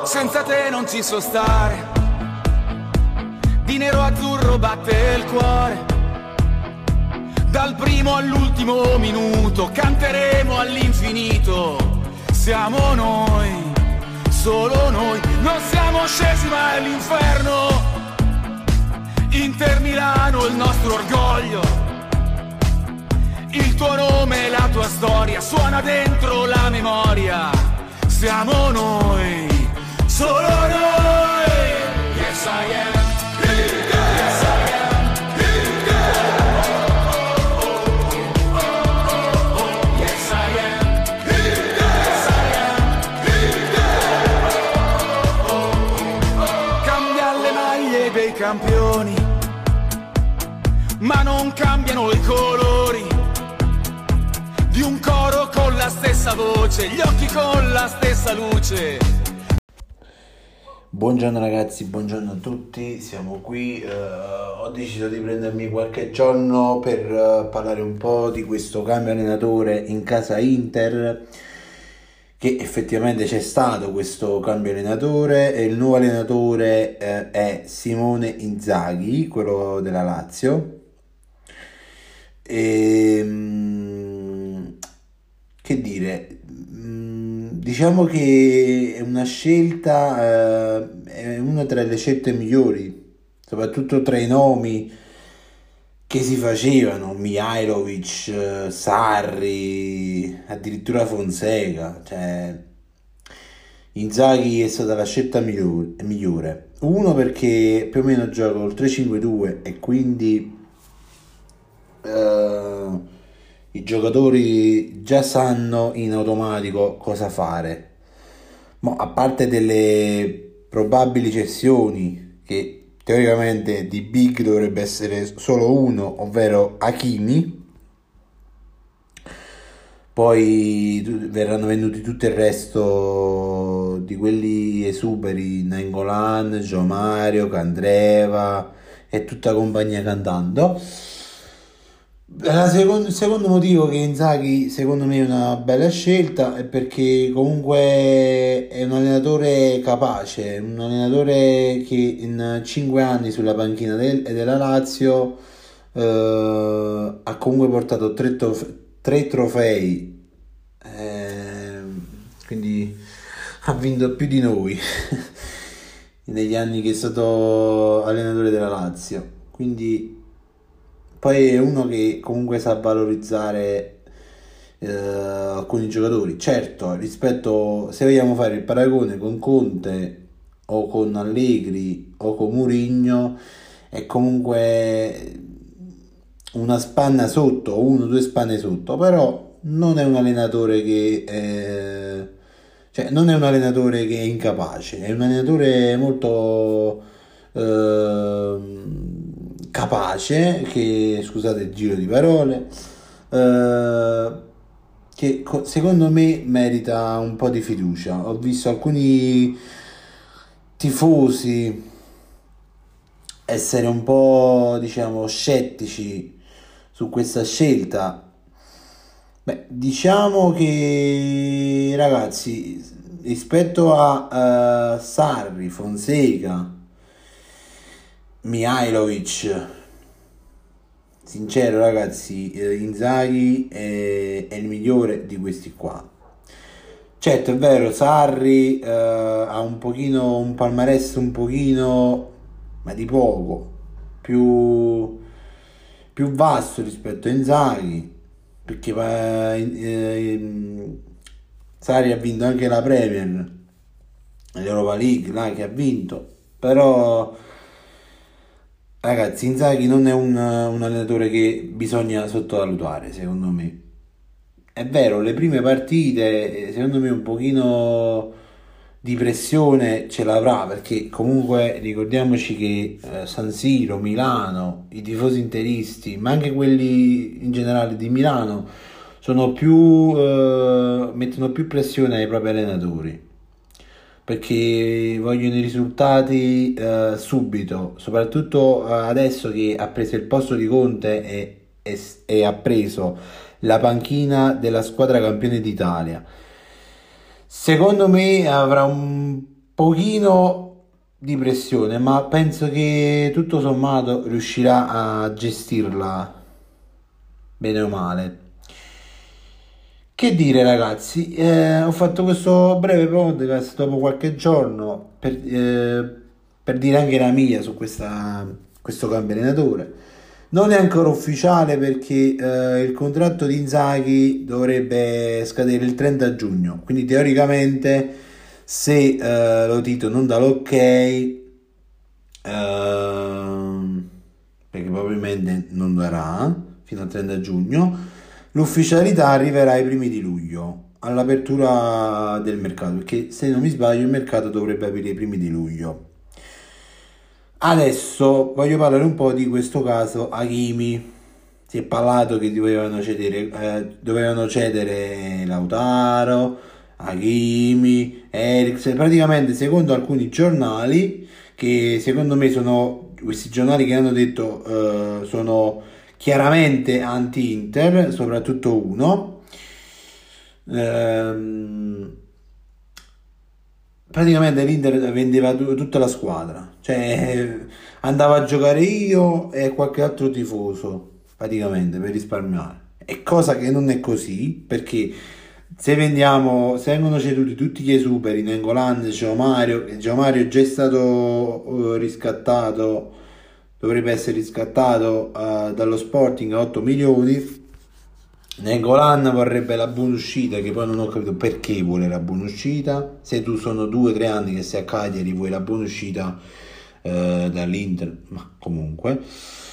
senza te non ci so stare. Di nero azzurro batte il cuore. Dal primo all'ultimo minuto canteremo all'infinito. Siamo noi, solo noi. Non siamo scesi mai all'inferno. Inter Milano il nostro orgoglio. Il tuo nome e la tua storia suona dentro la memoria. Siamo noi, solo noi. Yes I am. Yes I am. Yes I am. Yes I am. Cambia le maglie dei campioni, ma non cambiano i colori di un coro con la stessa voce, gli occhi con la stessa luce. Buongiorno ragazzi, buongiorno a tutti, siamo qui. Ho deciso di prendermi qualche giorno per parlare un po' di questo cambio allenatore in casa Inter, che effettivamente c'è stato questo cambio allenatore e il nuovo allenatore è Simone Inzaghi, quello della Lazio. Che dire, diciamo che è una scelta, è una tra le scelte migliori, soprattutto tra i nomi che si facevano, Mihajlovic, Sarri, addirittura Fonseca. Cioè, Inzaghi è stata la scelta migliore. Uno, perché più o meno gioca col 3-5-2 e quindi i giocatori già sanno in automatico cosa fare. Ma a parte delle probabili cessioni, che teoricamente di big dovrebbe essere solo uno, ovvero Hakimi, poi verranno venduti tutto il resto di quelli esuberi, Nainggolan, João Mario, Candreva e tutta compagnia cantando. Il secondo motivo che Inzaghi secondo me è una bella scelta è perché comunque è un allenatore capace, un allenatore che in 5 anni sulla panchina della Lazio ha comunque portato 3 trofei, quindi ha vinto più di noi negli anni che è stato allenatore della Lazio, quindi poi è uno che comunque sa valorizzare alcuni giocatori. Certo, rispetto, se vogliamo fare il paragone con Conte o con Allegri o con Mourinho, è comunque una spanna sotto, 1-2 spanne sotto, però non è un allenatore che non è un allenatore che è incapace, è un allenatore molto capace, che, scusate il giro di parole, che secondo me merita un po' di fiducia. Ho visto alcuni tifosi essere un po', diciamo, scettici su questa scelta. Beh, diciamo che ragazzi, rispetto a Sarri, Fonseca, Mihajlovic, sincero ragazzi, Inzaghi è il migliore di questi qua. Certo, è vero, Sarri ha un palmarès un pochino, ma di poco, più vasto rispetto a Inzaghi, perché Sarri ha vinto anche la Premier, l'Europa League, là, che ha vinto, però ragazzi, Inzaghi non è un allenatore che bisogna sottovalutare, secondo me. È vero, le prime partite, secondo me un pochino di pressione ce l'avrà, perché comunque ricordiamoci che San Siro, Milano, i tifosi interisti, ma anche quelli in generale di Milano, sono mettono più pressione ai propri allenatori, perché vogliono i risultati subito, soprattutto adesso che ha preso il posto di Conte e ha preso la panchina della squadra campione d'Italia. Secondo me avrà un pochino di pressione, ma penso che tutto sommato riuscirà a gestirla bene o male. Che dire ragazzi, ho fatto questo breve podcast dopo qualche giorno per dire anche la mia su questo cambio allenatore. Non è ancora ufficiale perché il contratto di Inzaghi dovrebbe scadere il 30 giugno, quindi teoricamente se lo Tito non dà l'ok, perché probabilmente non darà fino al 30 giugno, l'ufficialità arriverà ai primi di luglio, all'apertura del mercato, perché se non mi sbaglio il mercato dovrebbe aprire i primi di luglio. Adesso voglio parlare un po' di questo caso Hakimi. Si è parlato che dovevano cedere Lautaro, Hakimi, Eriksen, praticamente secondo alcuni giornali, che secondo me sono questi giornali che hanno detto sono chiaramente anti-Inter, soprattutto uno. Praticamente l'Inter vendeva tutta la squadra, cioè andava a giocare io e qualche altro tifoso, praticamente per risparmiare. E cosa che non è così, perché se vengono ceduti tutti gli esuberi, Nainggolan, Gio Mario già è stato riscattato, dovrebbe essere riscattato dallo Sporting a 8 milioni. Nainggolan vorrebbe la buona uscita, che poi non ho capito perché vuole la buona uscita. Se tu sono 2 o 3 anni che sei a Cagliari, vuoi la buona uscita dall'Inter, ma comunque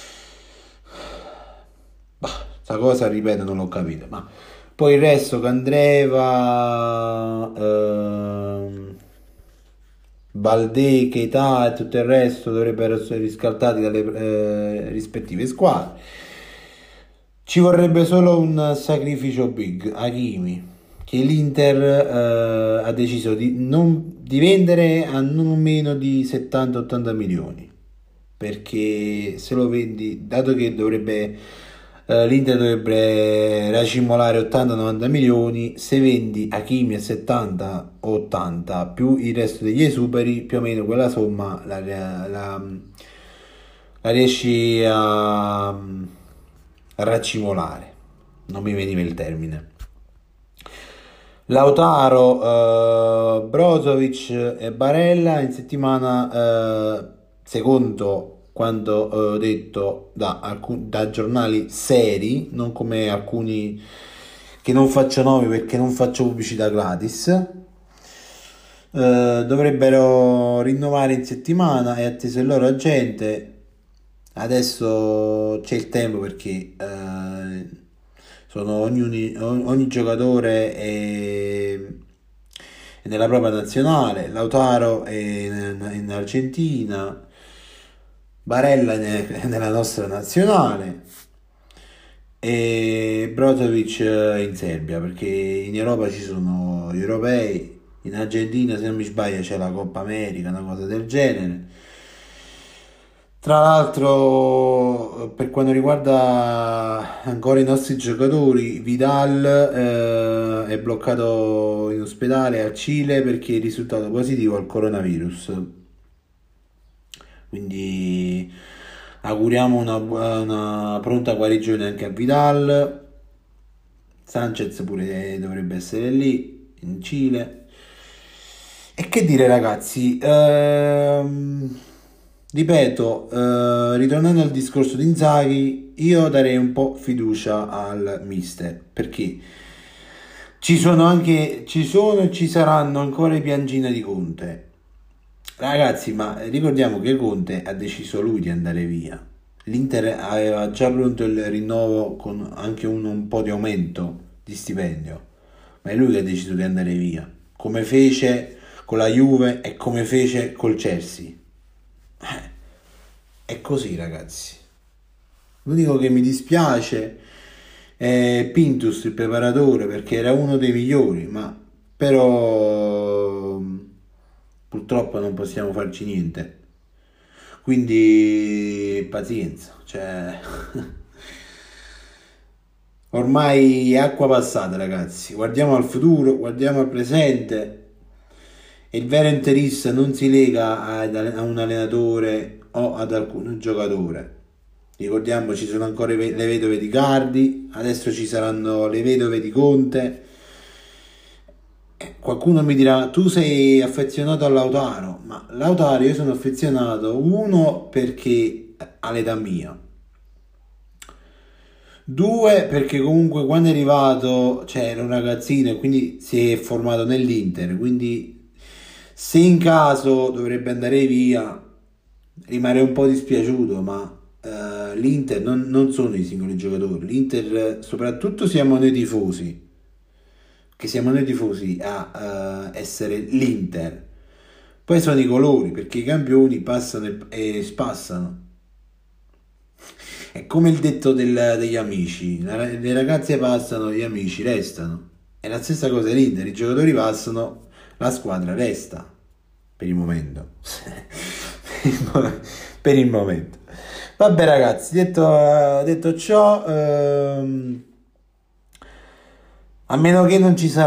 sta cosa, ripeto, non l'ho capita. Ma poi il resto, Candreva, Baldé, Keita e tutto il resto dovrebbero essere riscaldati dalle rispettive squadre. Ci vorrebbe solo un sacrificio big, Hakimi, che l'Inter ha deciso di vendere a non meno di 70-80 milioni, perché se lo vendi, dato che l'Inter dovrebbe racimolare 80-90 milioni, se vendi Hakimi a 70-80 più il resto degli esuberi, più o meno quella somma la riesci a raccimolare, non mi veniva il termine. Lautaro, Brozovic e Barella in settimana, secondo quanto detto da giornali seri, non come alcuni che non faccio nomi perché non faccio pubblicità gratis, dovrebbero rinnovare in settimana e atteso il loro agente. Adesso c'è il tempo perché ogni giocatore è nella propria nazionale. Lautaro è in Argentina, Barella è nella nostra nazionale e Brozovic in Serbia, perché in Europa ci sono gli europei, in Argentina se non mi sbaglio c'è la Coppa America, una cosa del genere. Tra l'altro, per quanto riguarda ancora i nostri giocatori, Vidal è bloccato in ospedale al Cile perché è risultato positivo al coronavirus. Quindi auguriamo una pronta guarigione anche a Vidal. Sanchez pure dovrebbe essere lì in Cile. E che dire ragazzi, ripeto, ritornando al discorso di Inzaghi, io darei un po' fiducia al mister, perché ci sono e ci saranno ancora i piangine di Conte. Ragazzi, ma ricordiamo che Conte ha deciso lui di andare via. L'Inter aveva già pronto il rinnovo con anche un po' di aumento di stipendio, ma è lui che ha deciso di andare via, come fece con la Juve e come fece col Chelsea. È così ragazzi. L'unico che mi dispiace è Pintus, il preparatore, perché era uno dei migliori, ma però purtroppo non possiamo farci niente, quindi pazienza, cioè ormai è acqua passata ragazzi. Guardiamo al futuro, guardiamo al presente il vero interista non si lega a un allenatore o ad alcun giocatore. Ricordiamo, ci sono ancora le vedove di Cardi, adesso ci saranno le vedove di Conte. Qualcuno mi dirà, tu sei affezionato a Lautaro, ma Lautaro io sono affezionato, uno perché all'età mia, due perché comunque quando è arrivato, cioè era un ragazzino e quindi si è formato nell'Inter, quindi se in caso dovrebbe andare via rimarrei un po' dispiaciuto, ma l'Inter non sono i singoli giocatori, l'Inter soprattutto siamo noi tifosi, che siamo noi tifosi a essere l'Inter, poi sono i colori, perché i campioni passano e spassano. È come il detto degli amici, le ragazze passano, gli amici restano. È la stessa cosa l'Inter, i giocatori passano, la squadra resta, per il momento. Per il momento. Vabbè ragazzi, detto ciò, a meno che non ci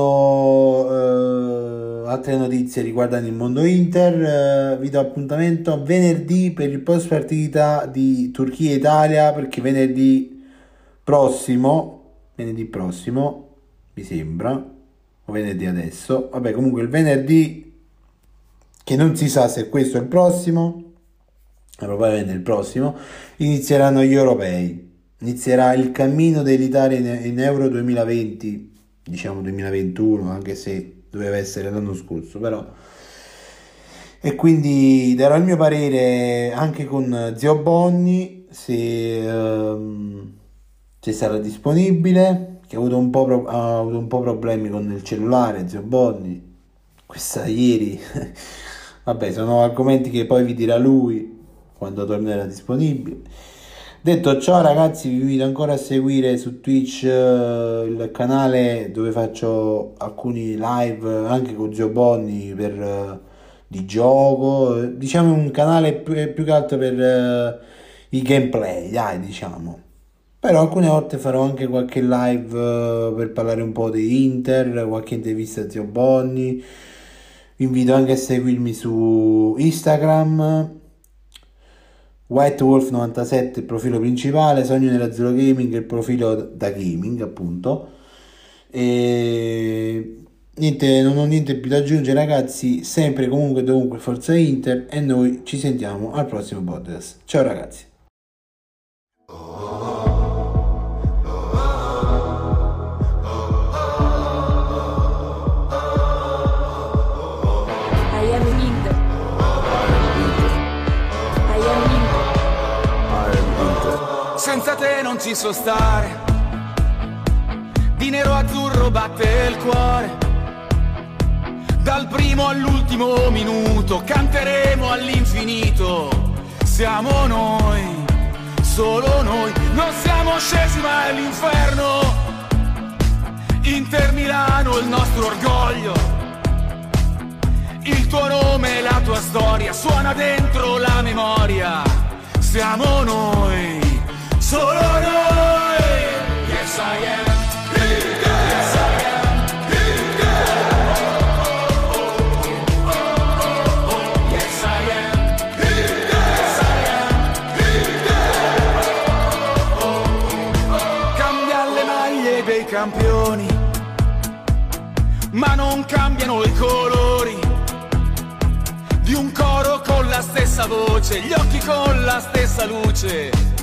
saranno altre notizie riguardanti il mondo Inter, vi do appuntamento venerdì per il post partita di Turchia-Italia, perché venerdì prossimo mi sembra, o venerdì adesso, vabbè comunque il venerdì, che non si sa se questo è il prossimo, probabilmente il prossimo, inizieranno gli europei. Inizierà il cammino dell'Italia in Euro 2020, diciamo 2021, anche se doveva essere l'anno scorso, però. E quindi darò il mio parere anche con Zio Bonni, se sarà disponibile, che ha avuto un po' problemi con il cellulare, Zio Bonni, questa ieri. Vabbè, sono argomenti che poi vi dirà lui quando tornerà disponibile. Detto ciò ragazzi, vi invito ancora a seguire su Twitch il canale dove faccio alcuni live anche con Zio Bonni di gioco, diciamo un canale più che altro per i gameplay, dai, diciamo. Però alcune volte farò anche qualche live per parlare un po' di Inter, qualche intervista a Zio Bonni. Vi invito anche a seguirmi su Instagram, White Wolf 97 il profilo principale, Sogno nella Zero Gaming il profilo da gaming appunto. E niente, non ho niente più da aggiungere ragazzi, sempre comunque dovunque Forza Inter, e noi ci sentiamo al prossimo podcast. Ciao ragazzi. Senza te non ci so stare, di nero azzurro batte il cuore, dal primo all'ultimo minuto canteremo all'infinito, siamo noi, solo noi, non siamo scesi mai all'inferno, Inter Milano il nostro orgoglio, il tuo nome e la tua storia suona dentro la memoria, siamo noi, solo noi, yes I am, yes I am, yes I am, yes I am, cambia le maglie dei campioni, ma non cambiano i colori, di un coro con la stessa voce, gli occhi con la stessa luce,